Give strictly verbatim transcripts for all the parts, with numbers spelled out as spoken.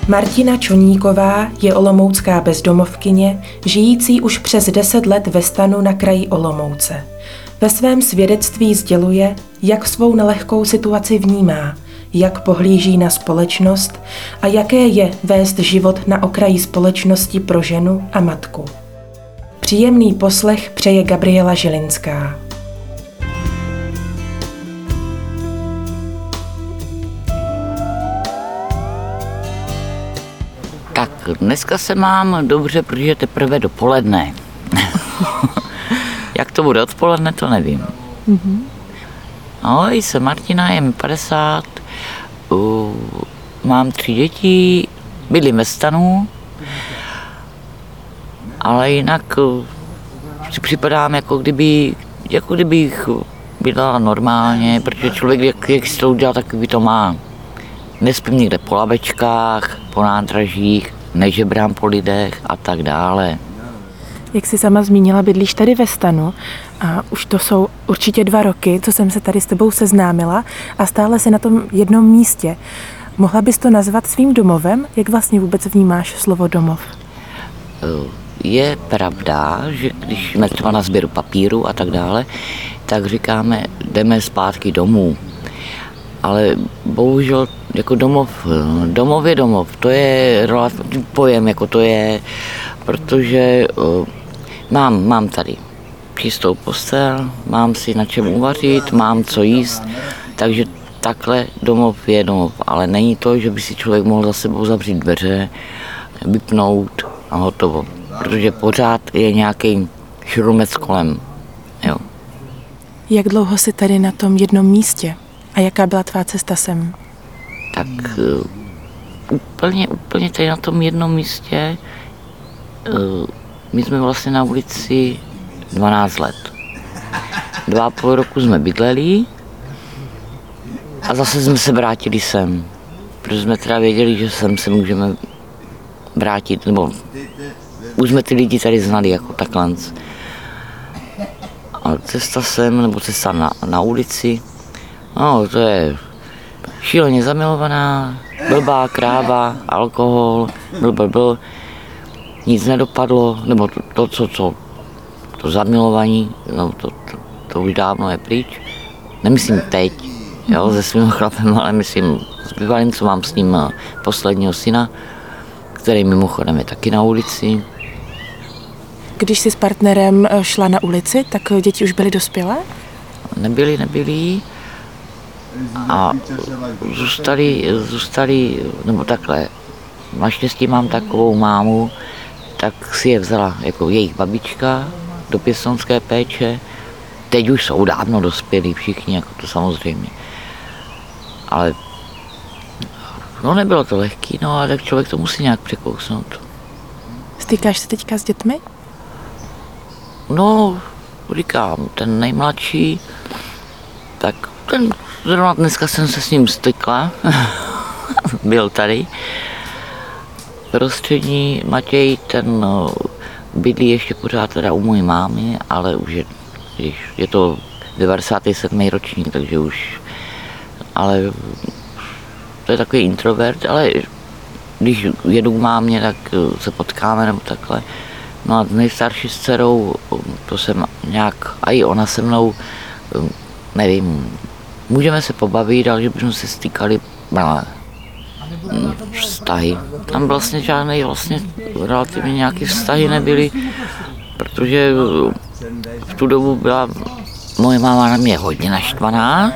Martina Čoníková je olomoucká bezdomovkyně, žijící už přes deset let ve stanu na kraji Olomouce. Ve svém svědectví sděluje, jak svou nelehkou situaci vnímá, jak pohlíží na společnost a jaké je vést život na okraji společnosti pro ženu a matku. Příjemný poslech přeje Gabriela Žilinská. Tak dneska se mám dobře, protože teprve dopoledne. Jak to bude odpoledne, to nevím. Mm-hmm. No, jsem Martina, je mi padesát, uh, mám tři děti, bydlím ve stanu, ale jinak uh, si připadám, jako kdyby, jako kdybych bydlela normálně, protože člověk, jak, jak si to udělal, takový to má. Nespím někde po lavečkách, po nádražích, nežebrám po lidech a tak dále. Jak jsi sama zmínila, bydlíš tady ve stanu a už to jsou určitě dva roky, co jsem se tady s tebou seznámila a stále jsi na tom jednom místě. Mohla bys to nazvat svým domovem? Jak vlastně vůbec vnímáš slovo domov? Je pravda, že když jsme třeba na sběru papíru a tak dále, tak říkáme, jdeme zpátky domů. Ale bohužel jako domov, domov je domov, to je relativní pojem, jako to je, protože uh, mám, mám tady čistou postel, mám si na čem uvařit, mám co jíst, takže takhle domov je domov, ale není to, že by si člověk mohl za sebou zavřít dveře, vypnout a hotovo, protože pořád je nějaký šrumec kolem, jo. Jak dlouho jsi tady na tom jednom místě? A jaká byla tvá cesta sem? Tak uh, úplně, úplně tady na tom jednom místě, uh, my jsme vlastně na ulici dvanáct let. Dva a půl roku jsme bydleli a zase jsme se vrátili sem, protože jsme teda věděli, že sem se můžeme vrátit, nebo už jsme ty lidi tady znali jako takhle. A cesta sem, nebo cesta na, na ulici, no, to je šíleně zamilovaná, blbá kráva, alkohol, bl, bl, bl. Nic nedopadlo, nebo to, to co, co, to zamilovaní, no, to, to, to už dávno je pryč. Nemyslím teď, jo, se svým chlapem, ale myslím s bývalým, co mám s ním posledního syna, který mimochodem je taky na ulici. Když jsi s partnerem šla na ulici, tak děti už byly dospělé? Nebyly, nebyly. A zůstali, zůstali, nebo takhle, naštěstí mám takovou mámu, tak si je vzala jako jejich babička do pěstounské péče. Teď už jsou dávno dospělí všichni, jako to samozřejmě. Ale no nebylo to lehký, no ale tak člověk to musí nějak překousnout. Stýkáš se teďka s dětmi? No, říkám, ten nejmladší, tak ten zrovna dneska jsem se s ním stykla, byl tady. Prostřední Matěj, ten bydlí ještě pořád teda u mojí mámy, ale už je, je to devadesátý sedmý ročník, takže už, ale to je takový introvert, ale když jedu k mámě, tak se potkáme nebo takhle. No a nejstarší s dcerou, to jsem nějak, a i ona se mnou, nevím, můžeme se pobavit, ale že bychom se stýkali, no, vztahy. Tam vlastně žádné vlastně relativně nějaké vztahy nebyly, protože v tu dobu byla moje máma na mě hodně naštvaná.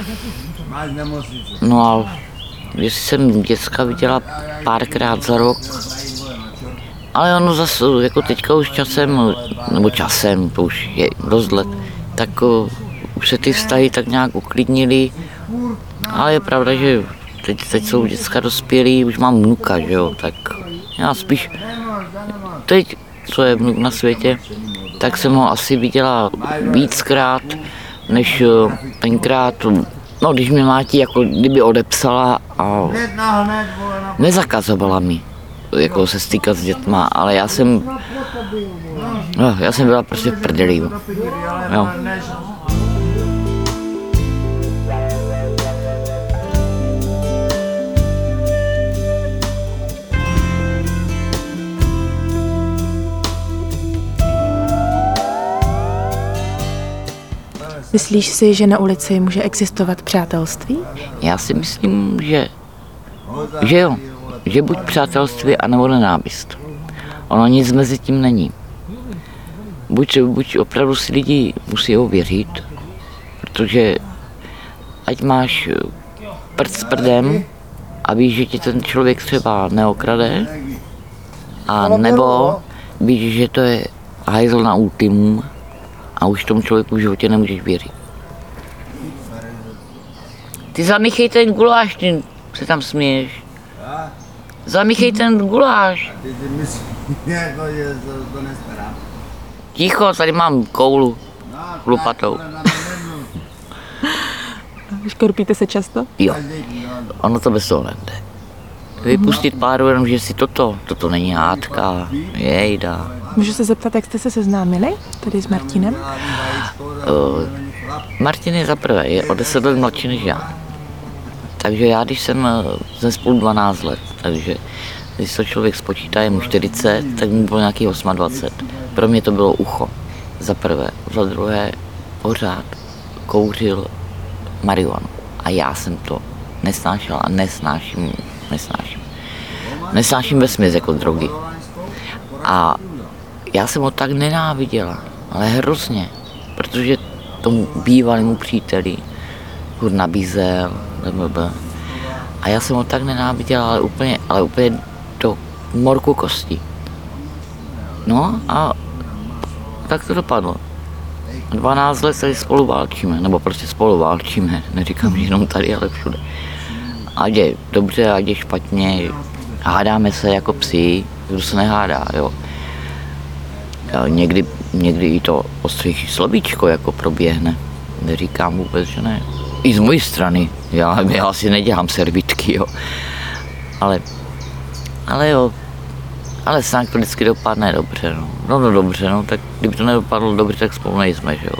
No a jestli jsem děcka viděla párkrát za rok, ale ono zase jako teďka už časem, nebo časem, to už je dost let, tak uh, už se ty vztahy tak nějak uklidnily, ale je pravda, že teď, teď jsou děcka dospělí, už mám vnuka, že jo, tak já spíš teď, co je vnuk na světě, tak jsem ho asi viděla víckrát, než uh, tenkrát, no když mě máti jako kdyby odepsala a nezakazovala mi jako se stýkat s dětma, ale já jsem, no, já jsem byla prostě v prdeli, jo. Myslíš si, že na ulici může existovat přátelství? Já si myslím, že, že jo. Že buď přátelství, anebo nenávist. Ono nic mezi tím není. Buď, buď opravdu si lidi musí uvěřit, protože ať máš prd s prdem a víš, že ti ten člověk třeba neokrade, a nebo víš, že to je hajzl na ultimum a už tomu člověku v životě nemůžeš věřit. Ty zamíchej ten guláš, ty se tam směješ. Zamíchej ten guláš. Ticho, tady mám koulu lupatou. Škorpíte se často? Jo, ono to bez toho nejde. Vypustit páru jenom, že si toto, toto není hádka, jejda. Můžu se zeptat, jak jste se seznámili, tady s Martinem? Uh, Martin je zaprvé, je o deset let mladší než já. Takže já, když jsem ze spolu dvanáct let, takže když to člověk spočítá, je mu čtyřicet, tak mu bylo nějaký dvacet osm. Pro mě to bylo ucho, za prvé. Za druhé, pořád kouřil marihuanu. A já jsem to nesnášel a nesnáším, nesnáším. Nesnáším vesměs jako drogy. A já jsem ho tak nenáviděla, ale hrozně, protože tomu bývalému příteli furt nabízel, a já jsem ho tak nenáviděla, ale úplně, ale úplně do morku kosti. No a tak to dopadlo. dvanáct let tady spolu válčíme, nebo prostě spolu válčíme, neříkám, že jenom tady, ale všude. Ať je dobře, ať je špatně, hádáme se jako psi, kdo se nehádá, jo. Někdy, někdy i to ostřejší slovíčko jako proběhne, neříkám vůbec, že ne. I z mojí strany, já, já si nedělám servítky, jo. Ale, ale jo, ale snad to vždycky dopadne dobře, no. No, no dobře, no, tak kdyby to nedopadlo dobře, tak spolu nejsme, že jo.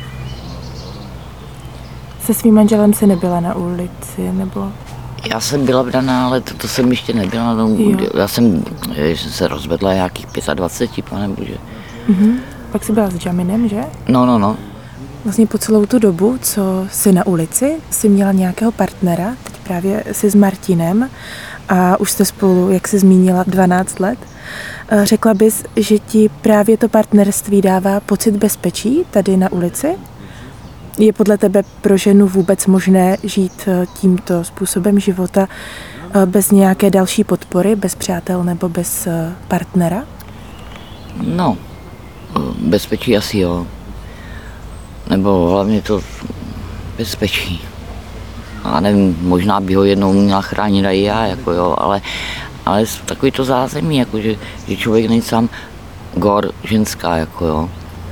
Se svým manželem si nebyla na ulici, nebo? Já jsem byla vdaná, ale to, to jsem ještě nebyla, no, já jsem, jsem se rozvedla nějakých dvacet pět, pane bože. Mhm. Pak jsi byla s Jaminem, že? No, no, no. Vlastně po celou tu dobu, co jsi na ulici, jsi měla nějakého partnera, teď právě jsi s Martinem a už jste spolu, jak jsi zmínila, dvanáct let. Řekla bys, že ti právě to partnerství dává pocit bezpečí tady na ulici? Je podle tebe pro ženu vůbec možné žít tímto způsobem života bez nějaké další podpory, bez přátel nebo bez partnera? No, bezpečí asi jo. Nebo hlavně to bezpečí. Já nevím, možná by ho jednou měla chránit i já, jako jo, ale, ale takový to zázemí, jako že, že člověk není sám gor ženská, jako jo.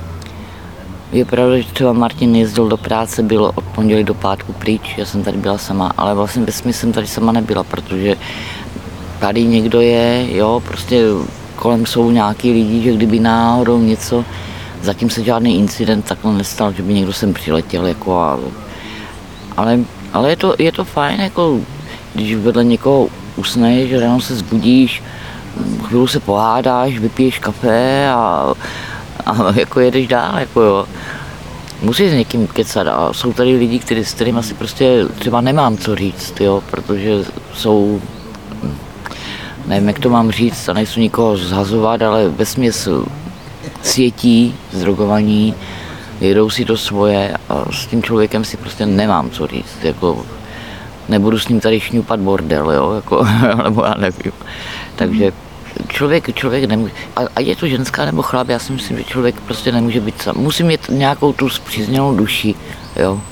Je pravda, že třeba Martin jezdil do práce, bylo od pondělí do pátku pryč, já jsem tady byla sama, ale vlastně vesměs jsem tady sama nebyla, protože tady někdo je, jo, prostě kolem jsou nějaký lidi, že kdyby náhodou něco, zatím se žádný incident takhle nestal, že by někdo sem přiletěl, jako a, ale, ale je to, je to fajn, jako když vedle někoho usneš, že ráno se zbudíš, chvíli se pohádáš, vypiješ kafe a, a jako jedeš dál, jako jo. Musíš s někým kecat a jsou tady lidi, který, s kterými asi prostě třeba nemám co říct, jo, protože jsou, nevím, jak to mám říct, a nejsou nikoho zhazovat, ale vesměs světí, zdrogovaní, jedou si to svoje a s tím člověkem si prostě nemám co říct, jako nebudu s ním tady šňupat bordel, jo, jako, nebo já nevím. Takže člověk, člověk nemůže, a, a je to ženská nebo chlap, já si myslím, že člověk prostě nemůže být sám. Musí mít nějakou tu spřízněnou duši, jo.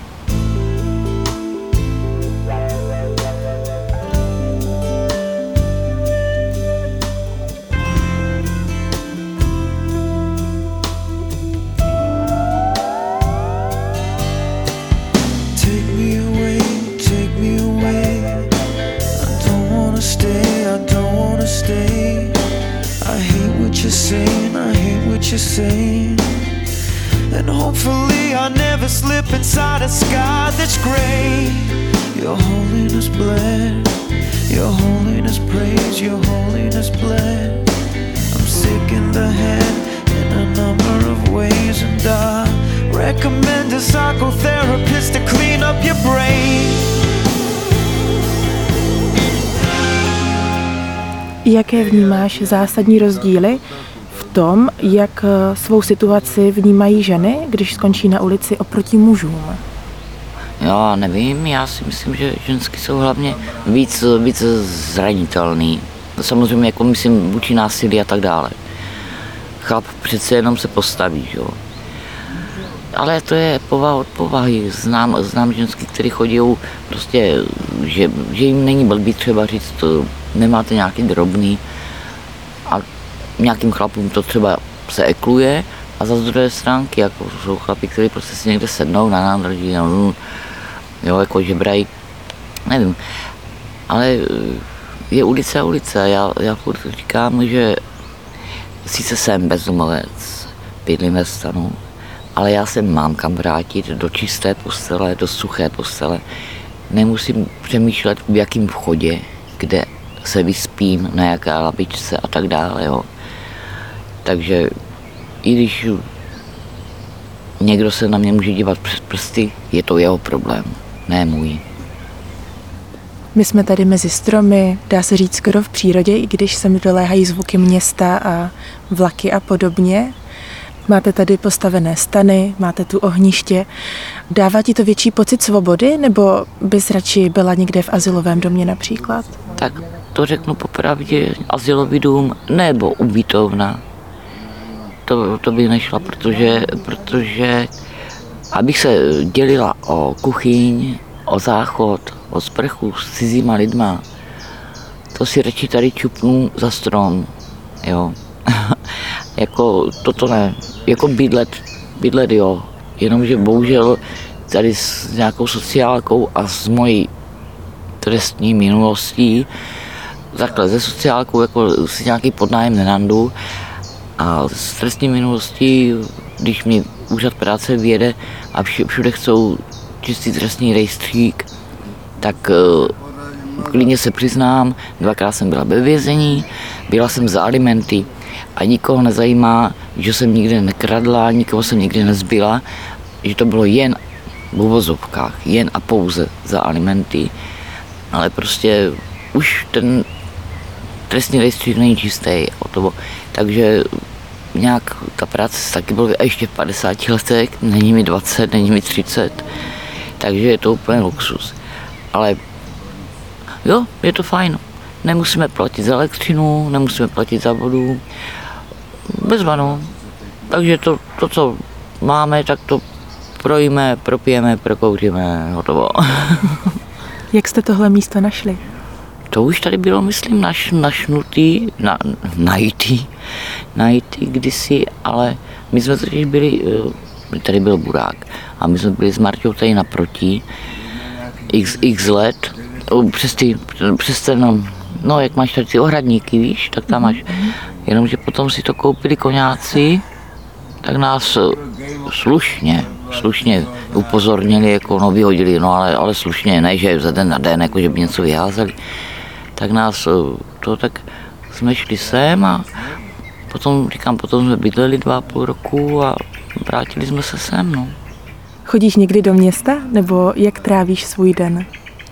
And hopefully I never slip inside a sky that's gray. Your holiness bled, your holiness praise, your holiness bled. I'm sick in the head and a number of ways, and I recommend a psychotherapist to clean up your brain. Jaké vnímáš zásadní rozdíly v tom, jak svou situaci vnímají ženy, když skončí na ulici, oproti mužům? Já nevím, já si myslím, že žensky jsou hlavně víc, víc zranitelný. Samozřejmě jako myslím vůči násilí a tak dále. Chlap přece jenom se postaví, jo. Ale to je povaha od povahy. Znám, znám žensky, které chodí prostě, že, že jim není blbý třeba říct, nemáte nějaký drobný, a nějakým chlapům to třeba se ekluje, a za druhé stránky, jako jsou chlapi, kteří prostě si někde sednou na nádraží, no, jo, jako žebrají, nevím, ale je ulice a ulice. Já, já furt říkám, že sice jsem bezdomovec, bydlím ve stanu, ale já se mám kam vrátit do čisté postele, do suché postele. Nemusím přemýšlet, v jakém vchodě, kde se vyspím, na jaké labičce a tak dále, jo. Takže i když někdo se na mě může dívat přes prsty, je to jeho problém, ne můj. My jsme tady mezi stromy, dá se říct skoro v přírodě, i když sem doléhají zvuky města a vlaky a podobně. Máte tady postavené stany, máte tu ohniště. Dává ti to větší pocit svobody, nebo bys radši byla někde v azylovém domě například? Tak to řeknu popravdě, azylový dům nebo ubytovna. To, to by nešla, protože, protože abych se dělila o kuchyň, o záchod, o sprchu s cizíma lidma, to si radši tady čupnu za strom, jo. Jako toto ne, jako bydlet, bydlet jo, jenomže bohužel tady s nějakou sociálkou a s mojí trestní minulostí, takhle ze sociálkou jako si nějaký podnájem nenandu, a s trestní minulostí, když mi úřad práce vyjede a všude chcou čistý trestní rejstřík, tak klidně se přiznám, dvakrát jsem byla ve vězení, byla jsem za alimenty a nikoho nezajímá, že jsem nikde nekradla, nikoho jsem nikdy nezbyla, že to bylo jen v uvozovkách, jen a pouze za alimenty, ale prostě už ten trestní rejstřík není čistý, takže nějak ta práce taky byla, a ještě v padesáti letech, není mi dvacet, není mi třicet, takže je to úplně luxus. Ale jo, je to fajn. Nemusíme platit za elektřinu, nemusíme platit za vodu, bezvano. Takže to, to, co máme, tak to projíme, propijeme, prokouříme, hotovo. Jak jste tohle místo našli? To už tady bylo, myslím, naš, našnutý, na, najítý, najítý kdysi, ale my jsme totiž byli, tady byl burák, a my jsme byli s Marťou tady naproti, x, x let, přes, ty, přes ten, no jak máš tady ty ohradníky, víš, tak tam máš, jenomže potom si to koupili koňáci, tak nás slušně, slušně upozornili, jako no vyhodili, no ale, ale slušně, ne, že za den na den, jako že by něco vyházeli. Tak nás to, tak jsme šli sem a potom, říkám, potom jsme bydleli dva a půl roku a vrátili jsme se sem, no. Chodíš někdy do města, nebo jak trávíš svůj den?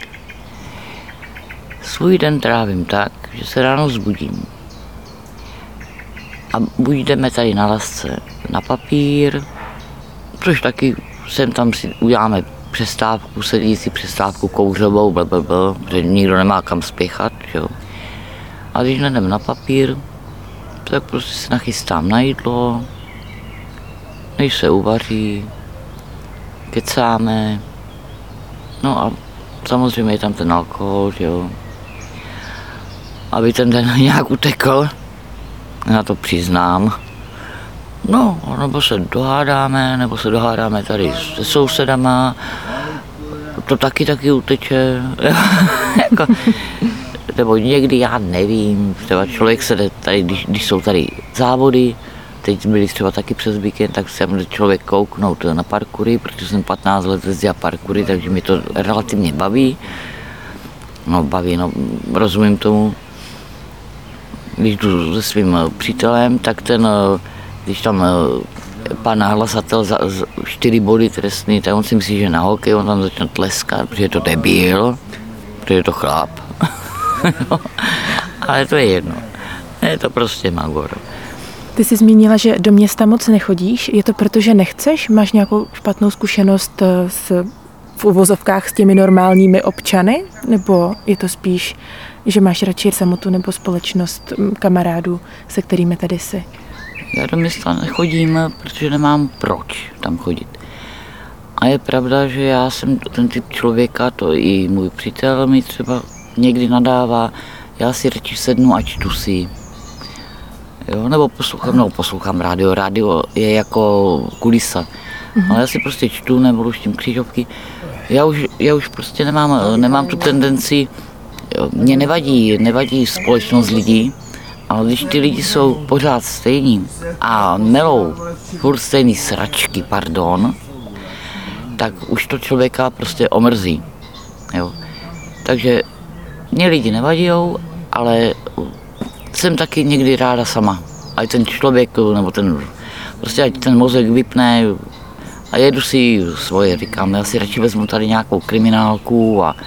Svůj den trávím tak, že se ráno vzbudím. A buď jdeme tady na lasce na papír, což taky sem tam si uděláme přestávku, sedící přestávku kouřovou, blablabla, že nikdo nemá kam spěchat, jo. A když nejdem na papír, tak prostě se nachystám na jídlo, než se uvaří, kecáme, no a samozřejmě je tam ten alkohol, jo. Aby ten den nějak utekl, já to přiznám. No, nebo se dohádáme, nebo se dohádáme tady se sousedama, to taky taky uteče, jako, nebo někdy, já nevím, třeba člověk se jde tady, když, když jsou tady závody, teď byli třeba taky přes víkend, tak se může člověk kouknout na parkury, protože jsem patnáct let jezdila parkury, takže mi to relativně baví, no baví, no rozumím tomu. Když jdu se svým přítelem, tak ten když tam pan nahlasatel za čtyři body trestný, tak on si myslí, že na hokej, on tam začne tleskat, protože je to debil, protože je to chlap. Ale to je jedno. Je to prostě magor. Ty jsi zmínila, že do města moc nechodíš. Je to proto, že nechceš? Máš nějakou špatnou zkušenost s, v uvozovkách s těmi normálními občany? Nebo je to spíš, že máš radši samotu nebo společnost kamarádů, se kterými tady jsi? Já do města nechodím, protože nemám proč tam chodit. A je pravda, že já jsem ten typ člověka, to i můj přítel mi třeba někdy nadává, já si radši sednu a čtu si. Jo, nebo poslouchám, nebo poslouchám rádio. Rádio je jako kulisa. Mm-hmm. Ale já si prostě čtu nebo luštím křížovky. Já už, já už prostě nemám, nemám tu tendenci, mě nevadí, nevadí společnost lidí, ale když ty lidi jsou pořád stejní a melou furt stejný sračky, pardon, tak už to člověka prostě omrzí. Jo. Takže mě lidi nevadijou, ale jsem taky někdy ráda sama. Ať ten člověk, nebo ten, prostě ať ten mozek vypne a jedu si svoje, říkám, já si radši vezmu tady nějakou kriminálku a,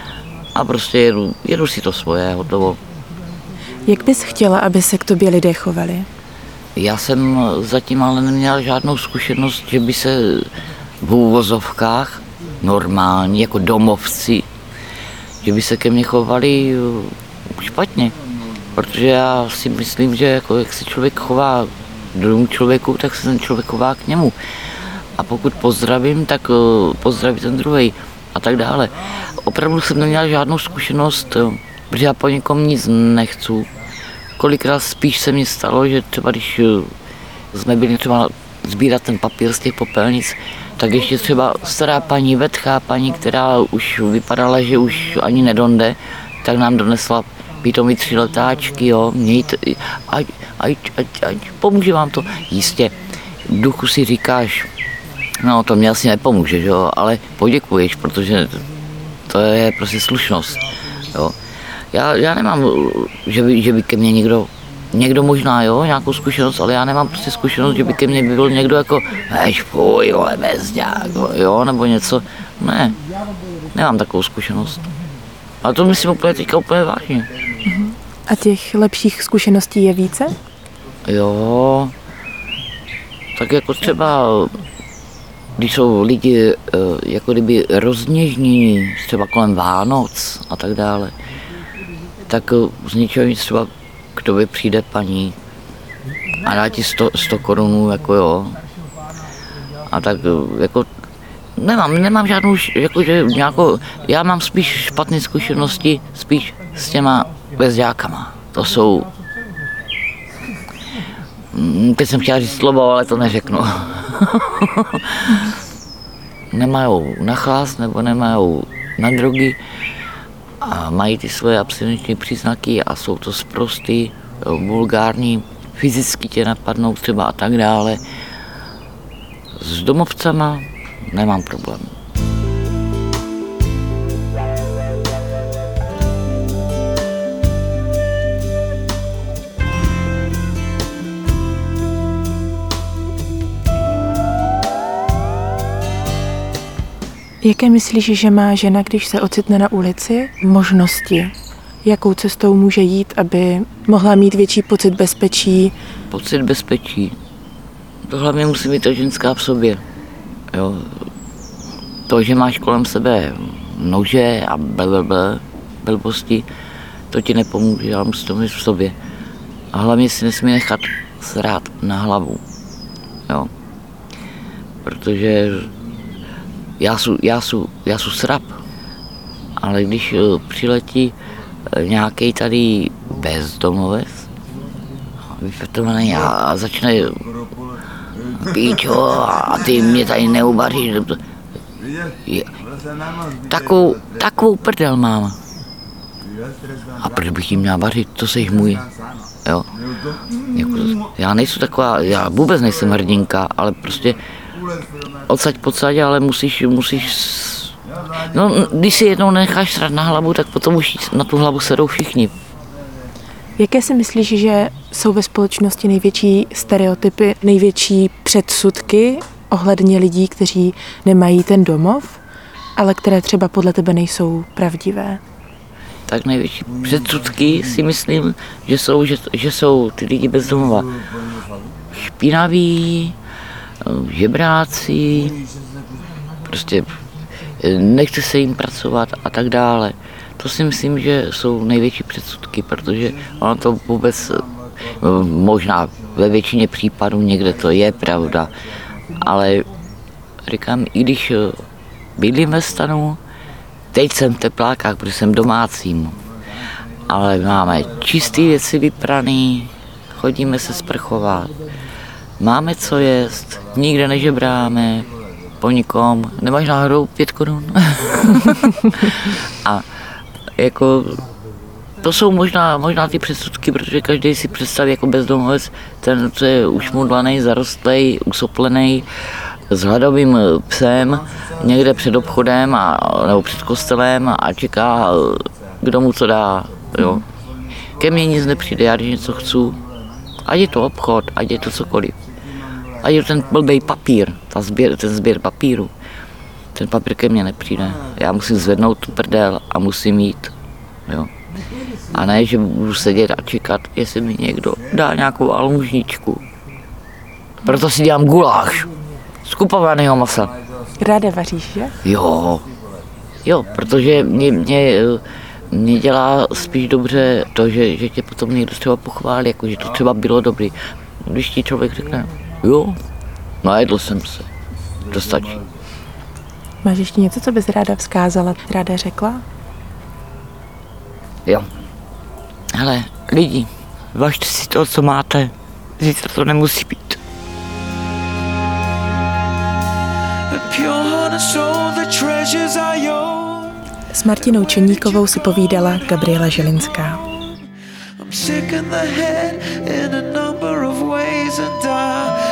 a prostě jedu, jedu si to svoje, hotovo. Jak bys chtěla, aby se k tobě lidé chovali? Já jsem zatím ale neměl žádnou zkušenost, že by se v úvozovkách normální, jako domovci, že by se ke mně chovali špatně. Protože já si myslím, že jako jak se člověk chová k druhému člověku, tak se ten člověk chová k němu. A pokud pozdravím, tak pozdraví ten druhý a tak dále. Opravdu jsem neměl žádnou zkušenost, protože já po někom nic nechci. Kolikrát spíš se mi stalo, že třeba když jsme byli třeba sbírat ten papír z těch popelnic, tak ještě třeba stará paní, vetchá paní, která už vypadala, že už ani nedonde, tak nám donesla pitomí tři letáčky, jo, mějte, ať, ať, ať, ať, pomůže vám to. Jistě, v duchu si říkáš, no to mě asi nepomůže, jo, ale poděkuješ, protože to je prostě slušnost, jo. Já, já nemám, že by, že by ke mně někdo, někdo možná, jo, nějakou zkušenost, ale já nemám prostě zkušenost, že by ke mně byl někdo jako, hej, fuj, jo, bezďák, jo, nebo něco, ne, nemám takovou zkušenost. Ale to myslím úplně teďka úplně vážně. A těch lepších zkušeností je více? Jo, tak jako třeba, když jsou lidi jako kdyby rozněžnění, třeba kolem Vánoc a tak dále, tak z ničeho nic třeba k tobě přijde paní a dá ti sto korunů, jako jo. A tak jako nemám, nemám žádnou, jakože nějakou, já mám spíš špatné zkušenosti, spíš s těma bezďákama. To jsou, teď jsem chtěla říct slovo, ale to neřeknu. Nemajou na chlás nebo nemajou na drogy a mají ty svoje abstinenční příznaky a jsou to sprostý, vulgární, fyzicky tě napadnou třeba a tak dále. S domovcama nemám problém. Jaké myslíš, že má žena, když se ocitne na ulici, možnosti? Jakou cestou může jít, aby mohla mít větší pocit bezpečí? Pocit bezpečí. To hlavně musí mít ta ženská v sobě. Jo. To, že máš kolem sebe nože a blablabla, blbosti, to ti nepomůže, ale musí to mít v sobě. A hlavně si nesmí nechat srát na hlavu. Jo. Protože já jsem já jsou, já jsou srap, ale když přiletí nějaký tady bezdomovec, vyfetovaný a začne píčo a ty mě tady neuvaříš, takovou, takovou prdel mám. A proč bych jim měla vařit, to seš můj, jo. Jako, já nejsem taková, já vůbec nejsem hrdinka, ale prostě odsaď pocať, ale musíš, musíš, no když si jednou necháš srat na hlavu, tak potom už na tu hlavu sedou všichni. Jaké si myslíš, že jsou ve společnosti největší stereotypy, největší předsudky ohledně lidí, kteří nemají ten domov, ale které třeba podle tebe nejsou pravdivé? Tak největší předsudky si myslím, že jsou, že, že jsou ty lidi bez domova špinaví, žebráci, prostě nechce se jim pracovat a tak dále. To si myslím, že jsou největší předsudky, protože ono to vůbec, možná ve většině případů někde to je pravda, ale říkám, i když bydlím ve stanu, teď jsem v teplákách, protože jsem domácím, ale máme čisté věci vypraný, chodíme se sprchovat, máme co jíst, nikde nežebráme, po nikom, nemáš náhodou pět korun? A jako, to jsou možná, možná ty předsudky, protože každý si představí jako bezdomovec, ten, co je ušmudlaný, zarostlej, usoplený, s hladovým psem někde před obchodem a, nebo před kostelem a čeká, kdo mu co dá. Jo. Ke mně nic nepřijde, já když něco chci, ať je to obchod, ať je to cokoliv. Ať je to ten blbej papír, ta sběr, ten sběr papíru. Ten papír ke mně nepřijde. Já musím zvednout tu prdel a musím jít. Jo. A ne, že budu sedět a čekat, jestli mi někdo dá nějakou almužničku. Proto si dělám guláš. Z kupovaného masa. Ráda vaříš, že? Jo. Jo, protože mě, mě, mě dělá spíš dobře to, že, že tě potom někdo třeba pochválí, jako že to třeba bylo dobrý. Když ti člověk řekne, jo, najedl jsem se, to stačí. Máš ještě něco, co bys ráda vzkázala, ráda řekla? Jo. Hele, lidi, važte si to, co máte. Zítra to nemusí být. S Martinou Čeníkovou si povídala Gabriela Želinská. I'm sick in the head in a number of ways and I